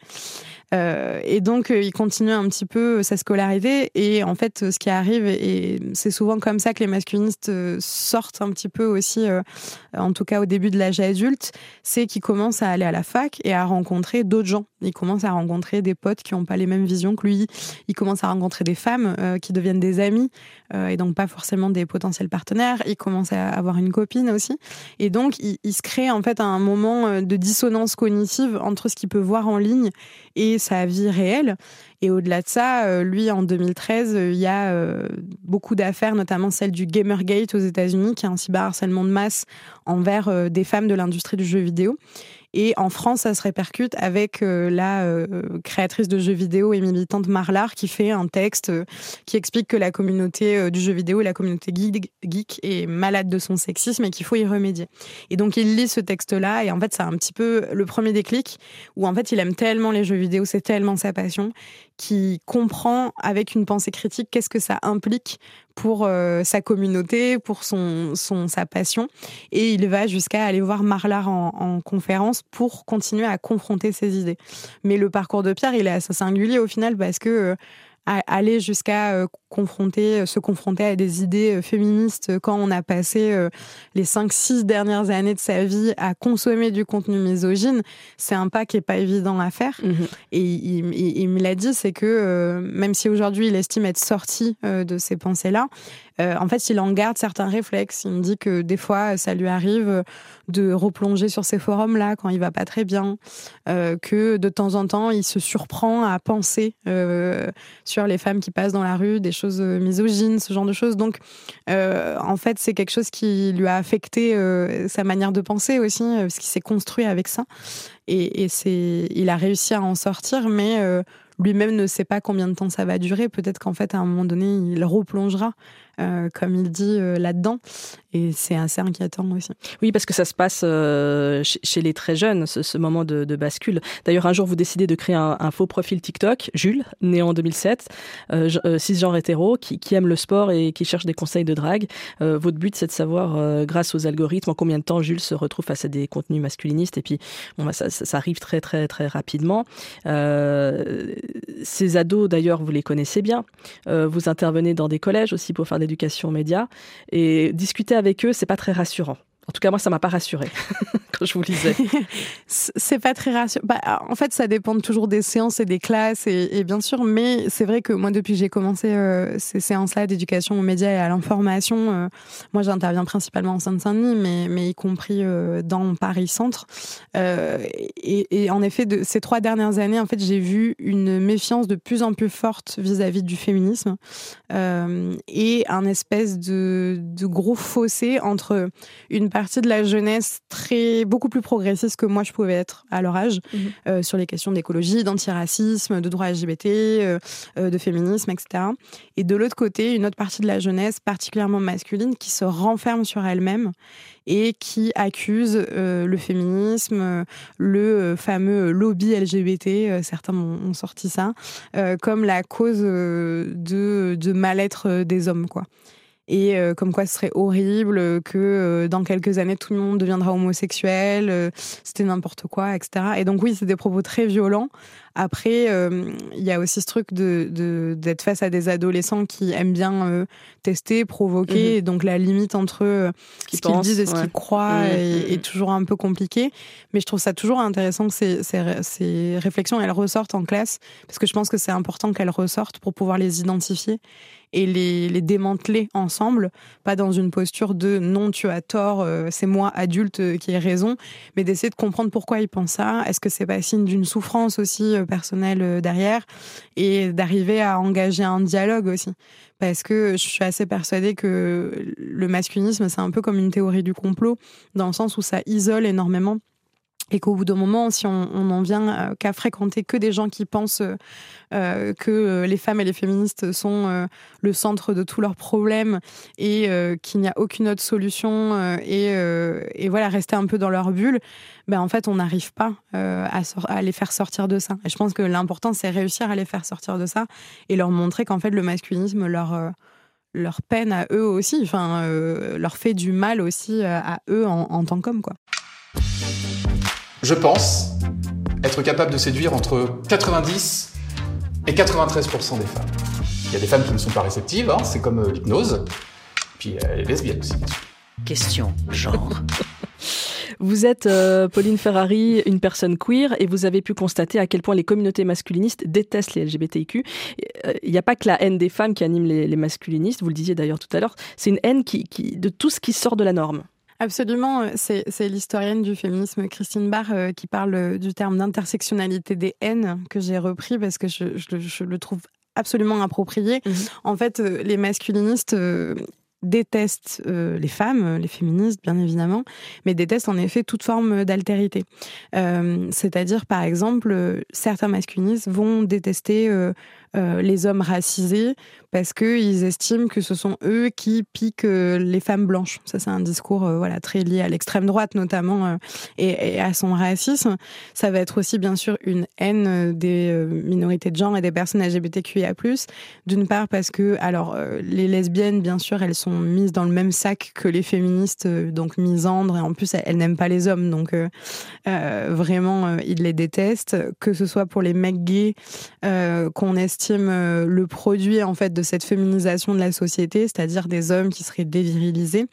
Euh, et donc, euh, il continue un petit peu sa scolarité. Et en fait, ce qui arrive, et c'est souvent comme ça que les masculinistes euh, sortent un petit peu aussi, euh, en tout cas au début de l'âge adulte, c'est qu'ils commencent à aller à la fac et à rencontrer d'autres gens. Il commence à rencontrer des potes qui n'ont pas les mêmes visions que lui. Il commence à rencontrer des femmes euh, qui deviennent des amies, euh, et donc pas forcément des potentiels partenaires. Il commence à avoir une copine aussi. Et donc, il, il se crée en fait un moment de dissonance cognitive entre ce qu'il peut voir en ligne et sa vie réelle. Et au-delà de ça, lui, en deux mille treize, il y a beaucoup d'affaires, notamment celle du Gamergate aux États-Unis, qui est un cyberharcèlement de masse envers des femmes de l'industrie du jeu vidéo. Et en France, ça se répercute avec euh, la euh, créatrice de jeux vidéo et militante Marlar, qui fait un texte euh, qui explique que la communauté euh, du jeu vidéo et la communauté geek, geek est malade de son sexisme et qu'il faut y remédier. Et donc, il lit ce texte-là et en fait, c'est un petit peu le premier déclic où en fait, il aime tellement les jeux vidéo, c'est tellement sa passion, qu'il comprend avec une pensée critique qu'est-ce que ça implique pour euh, sa communauté, pour son, son, sa passion. Et il va jusqu'à aller voir Marlar en, en conférence pour continuer à confronter ses idées. Mais le parcours de Pierre, il est assez singulier au final parce que euh, aller jusqu'à euh, confronter, se confronter à des idées euh, féministes quand on a passé euh, les cinq six dernières années de sa vie à consommer du contenu misogyne, c'est un pas qui est pas évident à faire. Mmh. Et il, il, il me l'a dit, c'est que euh, même si aujourd'hui il estime être sorti euh, de ces pensées-là, Euh, en fait, il en garde certains réflexes. Il me dit que des fois, ça lui arrive de replonger sur ces forums-là quand il va pas très bien, euh, que de temps en temps, il se surprend à penser euh, sur les femmes qui passent dans la rue, des choses misogynes, ce genre de choses. Donc, euh, en fait, c'est quelque chose qui lui a affecté euh, sa manière de penser aussi, parce qu'il s'est construit avec ça. Et, et c'est, il a réussi à en sortir, mais euh, lui-même ne sait pas combien de temps ça va durer. Peut-être qu'en fait, à un moment donné, il replongera, euh, comme il dit, euh, là-dedans. Et c'est assez inquiétant aussi. Oui, parce que ça se passe euh, chez, chez les très jeunes, ce, ce moment de, de bascule. D'ailleurs, un jour, vous décidez de créer un, un faux profil TikTok, Jules, né en deux mille sept, euh, euh, cisgenre hétéro, qui, qui aime le sport et qui cherche des conseils de drague. Euh, votre but, c'est de savoir, euh, grâce aux algorithmes, en combien de temps Jules se retrouve face à des contenus masculinistes. Et puis, bon, bah, ça, ça, ça arrive très, très, très rapidement. Euh, ces ados, d'ailleurs, vous les connaissez bien. Euh, vous intervenez dans des collèges aussi pour faire de l'éducation aux médias. Et discuter avec eux, c'est pas très rassurant. En tout cas, moi, ça m'a pas rassurée quand je vous lisais. C'est pas très rassurant. Bah, en fait, ça dépend toujours des séances et des classes, et, et bien sûr, mais c'est vrai que moi, depuis que j'ai commencé euh, ces séances-là d'éducation aux médias et à l'information, euh, moi, j'interviens principalement en Seine-Saint-Denis, mais, mais y compris euh, dans Paris-Centre. Euh, et, et en effet, de, ces trois dernières années, en fait, j'ai vu une méfiance de plus en plus forte vis-à-vis du féminisme euh, et un espèce de, de gros fossé entre une partie de la jeunesse très, beaucoup plus progressiste que moi je pouvais être à leur âge, mmh. euh, sur les questions d'écologie, d'antiracisme, de droits L G B T, euh, euh, de féminisme, et cetera. Et de l'autre côté, une autre partie de la jeunesse, particulièrement masculine, qui se renferme sur elle-même et qui accuse euh, le féminisme, le euh, fameux lobby L G B T, euh, certains ont, ont sorti ça, euh, comme la cause euh, de, de mal-être des hommes, quoi. Et euh, comme quoi ce serait horrible, que euh, dans quelques années tout le monde deviendra homosexuel, euh, c'était n'importe quoi, et cetera. Et donc oui, c'est des propos très violents, Après, il euh, y a aussi ce truc de, de, d'être face à des adolescents qui aiment bien euh, tester, provoquer, mmh. et donc la limite entre euh, ce qu'ils, ce qu'ils disent et ce ouais. qu'ils croient mmh. est, est toujours un peu compliquée. Mais je trouve ça toujours intéressant que ces, ces, ces réflexions, elles ressortent en classe, parce que je pense que c'est important qu'elles ressortent pour pouvoir les identifier et les, les démanteler ensemble, pas dans une posture de « non, tu as tort, euh, c'est moi, adulte, euh, qui ai raison », mais d'essayer de comprendre pourquoi ils pensent ça, est-ce que c'est pas signe d'une souffrance aussi euh, personnelle euh, derrière, et d'arriver à engager un dialogue aussi. Parce que je suis assez persuadée que le masculinisme, c'est un peu comme une théorie du complot, dans le sens où ça isole énormément. Et qu'au bout d'un moment, si on, on en vient euh, qu'à fréquenter que des gens qui pensent euh, que euh, les femmes et les féministes sont euh, le centre de tous leurs problèmes et euh, qu'il n'y a aucune autre solution euh, et, euh, et voilà, rester un peu dans leur bulle, ben en fait, on n'arrive pas euh, à, sor- à les faire sortir de ça. Et je pense que l'important, c'est réussir à les faire sortir de ça et leur montrer qu'en fait, le masculinisme leur... Euh, leur peine à eux aussi, enfin, euh, leur fait du mal aussi à, à eux en, en tant qu'hommes, quoi. Je pense être capable de séduire entre quatre-vingt-dix et quatre-vingt-treize pour cent des femmes. Il y a des femmes qui ne sont pas réceptives, hein, c'est comme euh, l'hypnose. Puis euh, les lesbiennes aussi, bien sûr. Question genre. Vous êtes, euh, Pauline Ferrari, une personne queer et vous avez pu constater à quel point les communautés masculinistes détestent les L G B T I Q. Il n'y a pas que la haine des femmes qui anime les, les masculinistes, vous le disiez d'ailleurs tout à l'heure, c'est une haine qui, qui, de tout ce qui sort de la norme. Absolument, c'est, c'est l'historienne du féminisme Christine Barr euh, qui parle du terme d'intersectionnalité des haines que j'ai repris parce que je, je, je le trouve absolument approprié. Mmh. En fait, euh, les masculinistes... Euh, détestent euh, les femmes, les féministes bien évidemment, mais détestent en effet toute forme d'altérité. Euh, c'est-à-dire par exemple, euh, certains masculinistes vont détester euh, euh, les hommes racisés parce qu'ils estiment que ce sont eux qui piquent euh, les femmes blanches. Ça c'est un discours euh, voilà, très lié à l'extrême droite notamment euh, et, et à son racisme. Ça va être aussi bien sûr une haine des euh, minorités de genre et des personnes L G B T Q I A plus, d'une part parce que alors euh, les lesbiennes bien sûr elles sont mises dans le même sac que les féministes, donc misandres, et en plus elles, elles n'aiment pas les hommes, donc euh, euh, vraiment euh, ils les détestent, que ce soit pour les mecs gays euh, qu'on estime euh, le produit en fait de cette féminisation de la société, c'est-à-dire des hommes qui seraient dévirilisés,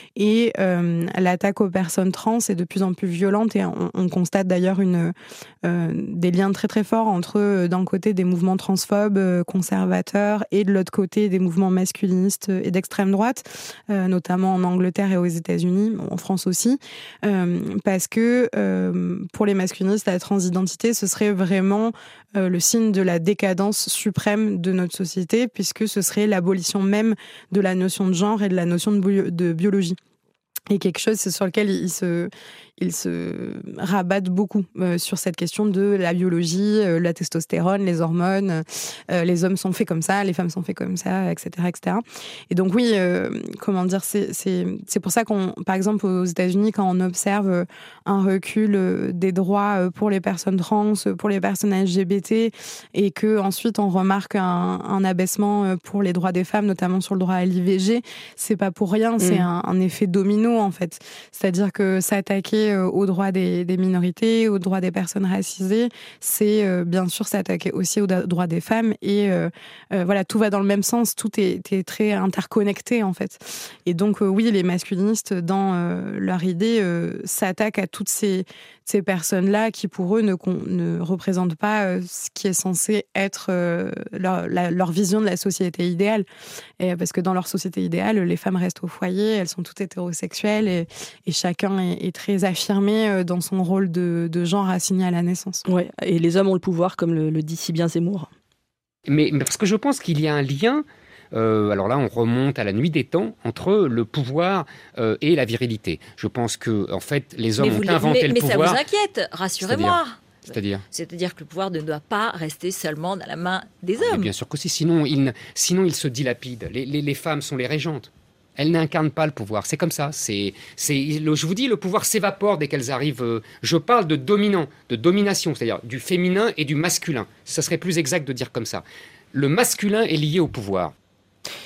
et euh, l'attaque aux personnes trans est de plus en plus violente et on, on constate d'ailleurs une, euh, des liens très très forts entre d'un côté des mouvements transphobes, euh, conservateurs, et de l'autre côté des mouvements masculinistes et d'extrême droite, Euh, notamment en Angleterre et aux États-Unis, en France aussi, euh, parce que euh, pour les masculinistes, la transidentité, ce serait vraiment euh, le signe de la décadence suprême de notre société, puisque ce serait l'abolition même de la notion de genre et de la notion de, bio- de biologie. Et quelque chose sur lequel ils se, ils se rabattent beaucoup euh, sur cette question de la biologie, euh, la testostérone, les hormones, euh, les hommes sont faits comme ça, les femmes sont faits comme ça, et cetera, et cetera. Et donc oui, euh, comment dire, c'est, c'est, c'est pour ça qu'on, par exemple, aux États-Unis, quand on observe un recul des droits pour les personnes trans, pour les personnes L G B T, et que ensuite on remarque un, un abaissement pour les droits des femmes, notamment sur le droit à l'I V G, c'est pas pour rien, mmh. c'est un, un effet domino en fait. C'est-à-dire que s'attaquer aux droits des, des minorités, aux droits des personnes racisées, c'est euh, bien sûr s'attaquer aussi aux droits des femmes. Et euh, euh, voilà, tout va dans le même sens, tout est, est très interconnecté en fait. Et donc euh, oui, les masculinistes, dans euh, leur idée, euh, s'attaquent à toutes ces, ces personnes-là qui pour eux ne, ne représentent pas euh, ce qui est censé être euh, leur, la, leur vision de la société idéale. Et, parce que dans leur société idéale, les femmes restent au foyer, elles sont toutes hétérosexuelles, Et, et chacun est, est très affirmé dans son rôle de, de genre assigné à la naissance. Ouais, et les hommes ont le pouvoir, comme le, le dit si bien Zemmour. Mais, mais parce que je pense qu'il y a un lien, euh, alors là on remonte à la nuit des temps, entre le pouvoir euh, et la virilité. Je pense que en fait les hommes ont inventé mais, le mais pouvoir. Mais ça vous inquiète, rassurez-moi. C'est-à-dire C'est-à-dire que le pouvoir ne doit pas rester seulement dans la main des hommes. Mais bien sûr que si, sinon il, sinon il se dilapide. Les, les, les femmes sont les régentes. Elles n'incarnent pas le pouvoir, c'est comme ça. C'est, c'est, le, je vous dis, le pouvoir s'évapore dès qu'elles arrivent. Euh, je parle de dominant, de domination, c'est-à-dire du féminin et du masculin. Ça serait plus exact de dire comme ça. Le masculin est lié au pouvoir.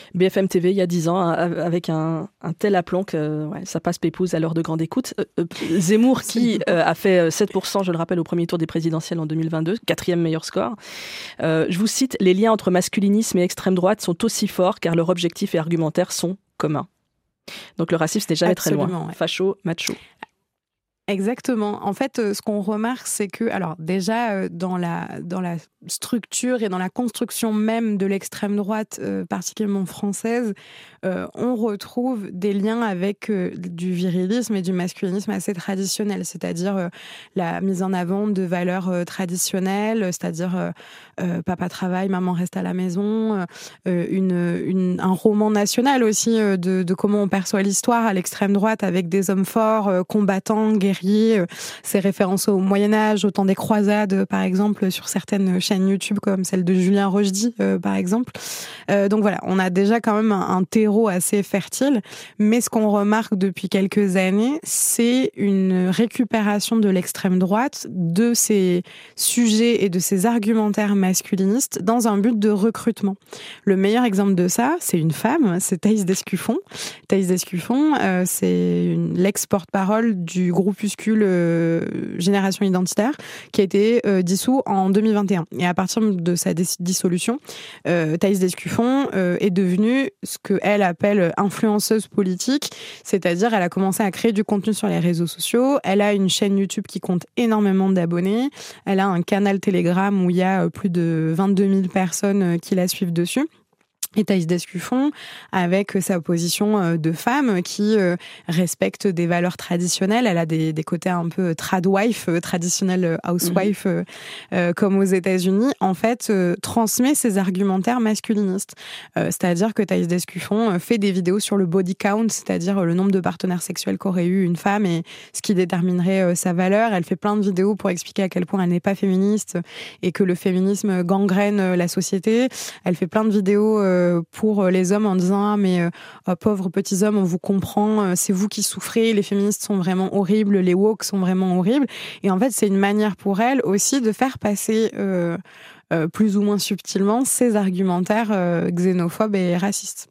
B F M T V il y a dix ans, avec un, un tel aplomb que ouais, ça passe pépouze à l'heure de grande écoute. Euh, euh, Zemmour qui euh, a fait sept pour cent, je le rappelle, au premier tour des présidentielles en deux mille vingt-deux, quatrième meilleur score. Euh, je vous cite, les liens entre masculinisme et extrême droite sont aussi forts car leurs objectifs et argumentaires sont communs. Donc le racisme n'est jamais Absolument, très loin. Ouais. Facho, macho. Exactement. En fait, ce qu'on remarque, c'est que, alors déjà, dans la, dans la structure et dans la construction même de l'extrême droite, euh, particulièrement française, euh, on retrouve des liens avec euh, du virilisme et du masculinisme assez traditionnel, c'est-à-dire euh, la mise en avant de valeurs euh, traditionnelles, c'est-à-dire euh, euh, papa travaille, maman reste à la maison, euh, une, une, un roman national aussi euh, de, de comment on perçoit l'histoire à l'extrême droite avec des hommes forts, euh, combattants, guerriers, euh, ces références au Moyen-Âge, au temps des croisades, par exemple, sur certaines chaînes YouTube comme celle de Julien Rochdy, euh, par exemple. Euh, donc voilà, on a déjà quand même un, un terreau assez fertile, mais ce qu'on remarque depuis quelques années, c'est une récupération de l'extrême droite de ces sujets et de ces argumentaires masculinistes dans un but de recrutement. Le meilleur exemple de ça, c'est une femme, c'est Thaïs Descuffon. Thaïs Descuffon, euh, c'est une, l'ex-porte-parole du groupuscule euh, Génération Identitaire qui a été euh, dissous en deux mille vingt et un. Et à partir de sa dissolution, euh, Thaïs Descuffon euh, est devenue ce qu'elle appelle influenceuse politique, c'est-à-dire elle a commencé à créer du contenu sur les réseaux sociaux, elle a une chaîne YouTube qui compte énormément d'abonnés, elle a un canal Telegram où il y a plus de vingt-deux mille personnes qui la suivent dessus. Et Thaïs Descuffon, avec sa position de femme qui respecte des valeurs traditionnelles, elle a des, des côtés un peu tradwife, traditionnel housewife, mmh. euh, comme aux États-Unis, en fait, euh, transmet ses argumentaires masculinistes. Euh, c'est-à-dire que Thaïs Descuffon fait des vidéos sur le body count, c'est-à-dire le nombre de partenaires sexuels qu'aurait eu une femme et ce qui déterminerait euh, sa valeur. Elle fait plein de vidéos pour expliquer à quel point elle n'est pas féministe et que le féminisme gangrène la société. Elle fait plein de vidéos euh, pour les hommes en disant ah mais euh, pauvres petits hommes, on vous comprend, c'est vous qui souffrez, les féministes sont vraiment horribles, les woke sont vraiment horribles. Et en fait, c'est une manière pour elle aussi de faire passer euh, euh, plus ou moins subtilement ces argumentaires euh, xénophobes et racistes.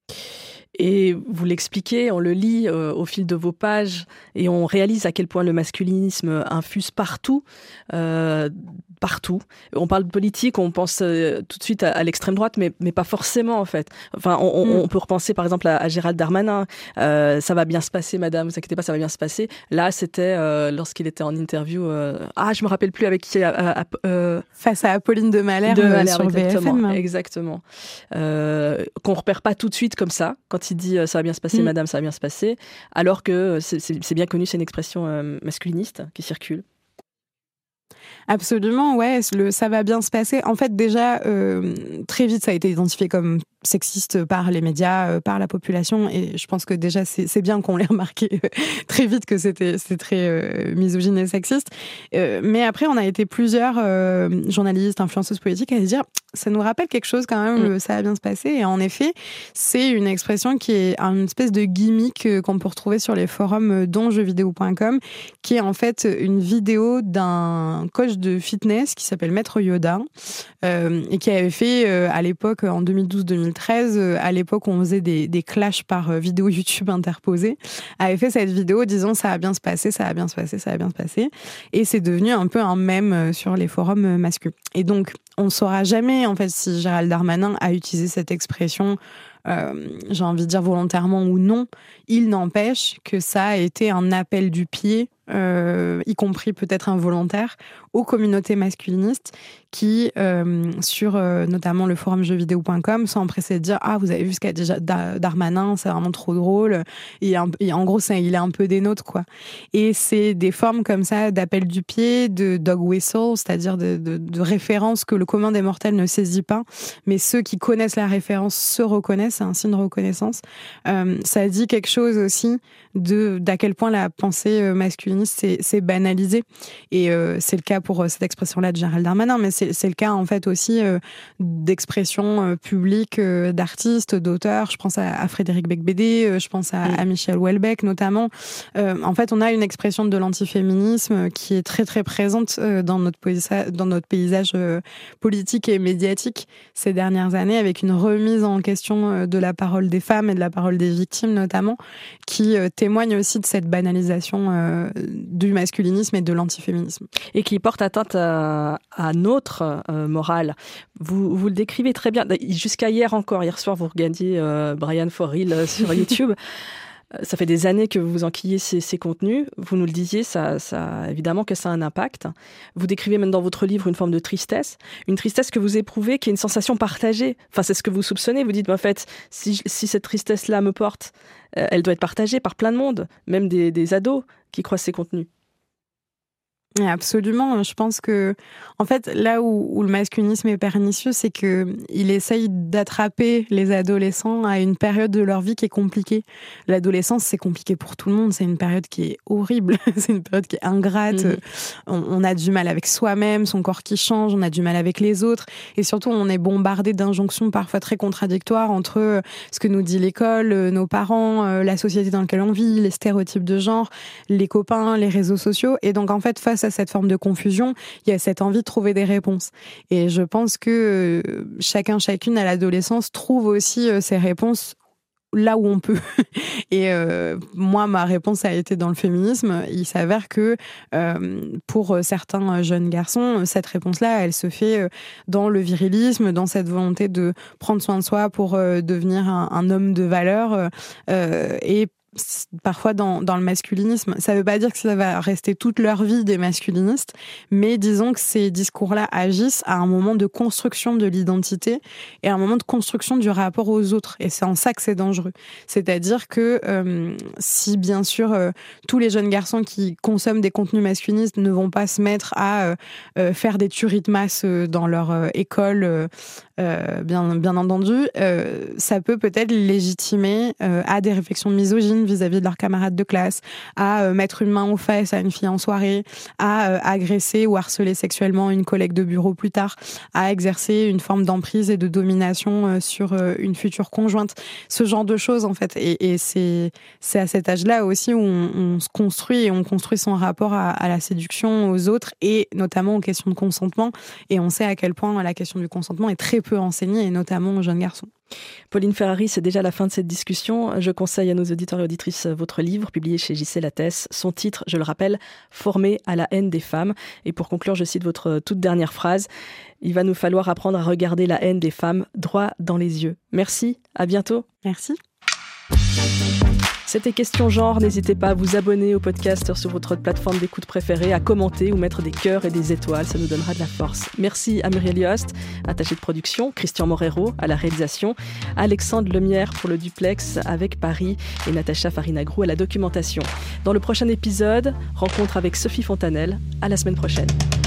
Et vous l'expliquez, on le lit euh, au fil de vos pages et on réalise à quel point le masculinisme infuse partout, euh, partout. On parle de politique, on pense euh, tout de suite à, à l'extrême droite, mais, mais pas forcément en fait. Enfin, on, on, mm. on peut repenser par exemple à, à Gérald Darmanin. Euh, ça va bien se passer, madame, vous inquiétez pas, ça va bien se passer. Là, c'était euh, lorsqu'il était en interview. Euh, ah, je me rappelle plus avec qui. Euh, euh, Face à Apolline de Malherbe, de Malherbe sur exactement, B F M. Exactement. Euh, qu'on repère pas tout de suite comme ça quand il dit ça va bien se passer, mmh. madame, ça va bien se passer, alors que c'est, c'est, c'est bien connu, c'est une expression euh, masculiniste qui circule. Absolument, ouais, le ça va bien se passer. En fait, déjà, euh, très vite, ça a été identifié comme sexiste par les médias, euh, par la population, et je pense que déjà, c'est, c'est bien qu'on l'ait remarqué euh, très vite que c'était, c'était très euh, misogyne et sexiste. Euh, mais après, on a été plusieurs euh, journalistes, influenceuses politiques à se dire, ça nous rappelle quelque chose quand même, mmh. le ça va bien se passer. Et en effet, c'est une expression qui est une espèce de gimmick euh, qu'on peut retrouver sur les forums dont jeux vidéo point com, qui est en fait une vidéo d'un coach de fitness qui s'appelle Maître Yoda euh, et qui avait fait euh, à l'époque, en deux mille douze deux mille treize, euh, à l'époque où on faisait des, des clashs par euh, vidéo YouTube interposée, avait fait cette vidéo disant ça va bien se passer, ça va bien se passer, ça va bien se passer, et c'est devenu un peu un mème sur les forums masculins. Et donc, on ne saura jamais en fait si Gérald Darmanin a utilisé cette expression Euh, j'ai envie de dire volontairement ou non, il n'empêche que ça a été un appel du pied, euh, y compris peut-être involontaire, aux communautés masculinistes qui, euh, sur euh, notamment le forum jeux vidéo point com, sont empressés de dire « Ah, vous avez vu ce qu'a dit Darmanin, c'est vraiment trop drôle. » Et, et en gros, c'est, il est un peu des nôtres, quoi. Et c'est des formes comme ça d'appel du pied, de dog whistle, c'est-à-dire de, de, de références que le commun des mortels ne saisit pas, mais ceux qui connaissent la référence se reconnaissent, c'est un signe de reconnaissance. Euh, ça dit quelque chose aussi de, d'à quel point la pensée masculine féministe, c'est, c'est banalisé. Et euh, c'est le cas pour euh, cette expression-là de Gérald Darmanin, mais c'est, c'est le cas en fait aussi euh, d'expressions euh, publiques euh, d'artistes, d'auteurs. Je pense à, à Frédéric Becbédé, euh, je pense à, à Michel Houellebecq notamment. Euh, en fait, on a une expression de l'antiféminisme qui est très très présente euh, dans notre paysage, dans notre paysage euh, politique et médiatique ces dernières années, avec une remise en question euh, de la parole des femmes et de la parole des victimes notamment, qui euh, témoigne aussi de cette banalisation euh, du masculinisme et de l'antiféminisme. Et qui porte atteinte à, à notre euh, morale. Vous, vous le décrivez très bien. Jusqu'à hier encore, hier soir, vous regardiez euh, Brian For Real sur YouTube. Ça fait des années que vous enquillez ces, ces contenus. Vous nous le disiez, ça, ça, évidemment que ça a un impact. Vous décrivez même dans votre livre une forme de tristesse. Une tristesse que vous éprouvez, qui est une sensation partagée. Enfin, c'est ce que vous soupçonnez. Vous dites, en fait, si, si cette tristesse-là me porte, euh, elle doit être partagée par plein de monde, même des, des ados qui croisent ces contenus. Absolument. Je pense que, en fait, là où, où le masculinisme est pernicieux, c'est que il essaye d'attraper les adolescents à une période de leur vie qui est compliquée. L'adolescence, c'est compliqué pour tout le monde. C'est une période qui est horrible. C'est une période qui est ingrate. Mmh. On, on a du mal avec soi-même, son corps qui change. On a du mal avec les autres. Et surtout, on est bombardé d'injonctions parfois très contradictoires entre ce que nous dit l'école, nos parents, la société dans laquelle on vit, les stéréotypes de genre, les copains, les réseaux sociaux. Et donc, en fait, face à cette forme de confusion, il y a cette envie de trouver des réponses. Et je pense que chacun, chacune à l'adolescence trouve aussi ces réponses là où on peut. Et euh, moi, ma réponse a été dans le féminisme. Il s'avère que euh, pour certains jeunes garçons, cette réponse-là, elle se fait dans le virilisme, dans cette volonté de prendre soin de soi pour euh, devenir un, un homme de valeur euh, et parfois dans, dans le masculinisme. Ça ne veut pas dire que ça va rester toute leur vie des masculinistes, mais disons que ces discours-là agissent à un moment de construction de l'identité et à un moment de construction du rapport aux autres. Et c'est en ça que c'est dangereux. C'est-à-dire que euh, si, bien sûr, euh, tous les jeunes garçons qui consomment des contenus masculinistes ne vont pas se mettre à euh, faire des tueries de masse dans leur euh, école, euh, euh, bien, bien entendu, euh, ça peut peut-être légitimer euh, à des réflexions misogynes vis-à-vis de leurs camarades de classe, à euh, mettre une main aux fesses à une fille en soirée, à euh, agresser ou harceler sexuellement une collègue de bureau plus tard, à exercer une forme d'emprise et de domination euh, sur euh, une future conjointe. Ce genre de choses, en fait. Et, et c'est, c'est à cet âge-là aussi où on, on se construit et on construit son rapport à, à la séduction, aux autres et notamment aux questions de consentement. Et on sait à quel point la question du consentement est très peu enseignée, et notamment aux jeunes garçons. Pauline Ferrari, c'est déjà la fin de cette discussion. Je conseille à nos auditeurs et auditrices votre livre, publié chez J C Lattès. Son titre, je le rappelle, Formé à la haine des femmes. Et pour conclure, je cite votre toute dernière phrase. Il va nous falloir apprendre à regarder la haine des femmes droit dans les yeux. Merci, à bientôt. Merci. C'était Question Genre. N'hésitez pas à vous abonner au podcast sur votre plateforme d'écoute préférée, à commenter ou mettre des cœurs et des étoiles. Ça nous donnera de la force. Merci à Muriel Yost, attachée de production, Christian Morero à la réalisation, Alexandre Lemierre pour le duplex avec Paris et Natacha Farinagrou à la documentation. Dans le prochain épisode, rencontre avec Sophie Fontanelle. À la semaine prochaine.